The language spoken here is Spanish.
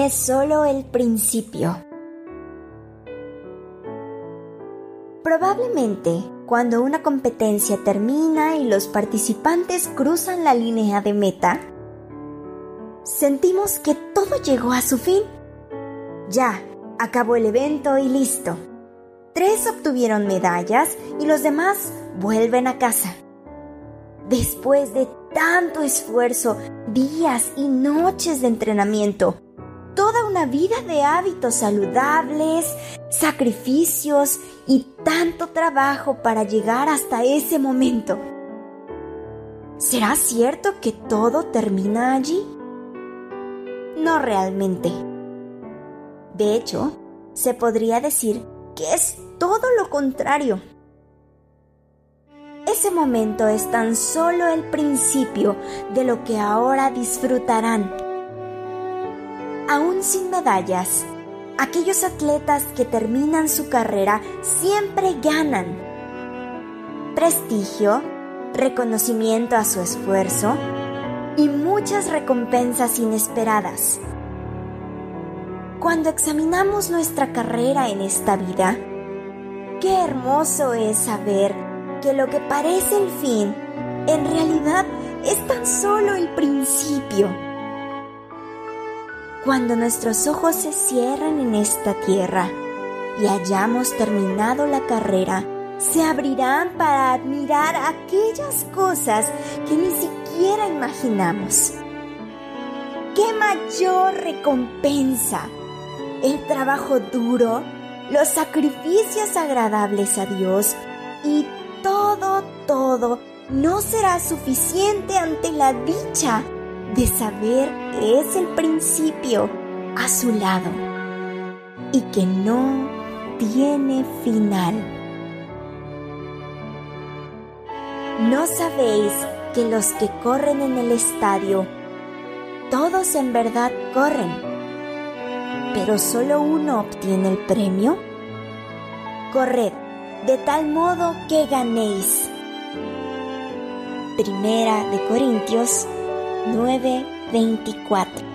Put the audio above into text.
es solo el principio. Probablemente, cuando una competencia termina y los participantes cruzan la línea de meta, sentimos que todo llegó a su fin. Ya, acabó el evento y listo. 3 obtuvieron medallas y los demás vuelven a casa. Después de tanto esfuerzo, días y noches de entrenamiento, toda una vida de hábitos saludables, sacrificios y tanto trabajo para llegar hasta ese momento. ¿Será cierto que todo termina allí? No realmente. De hecho, se podría decir que es todo lo contrario. Ese momento es tan solo el principio de lo que ahora disfrutarán. Aún sin medallas, aquellos atletas que terminan su carrera siempre ganan prestigio, reconocimiento a su esfuerzo y muchas recompensas inesperadas. Cuando examinamos nuestra carrera en esta vida, qué hermoso es saber que lo que parece el fin, en realidad es tan solo el principio. Cuando nuestros ojos se cierran en esta tierra y hayamos terminado la carrera, se abrirán para admirar aquellas cosas que ni siquiera imaginamos. ¡Qué mayor recompensa! El trabajo duro, los sacrificios agradables a Dios y todo no será suficiente ante la dicha de saber que es el principio a su lado y que no tiene final. ¿No sabéis que los que corren en el estadio, todos en verdad corren, pero solo uno obtiene el premio? Corred de tal modo que ganéis. Primera de Corintios 9:24.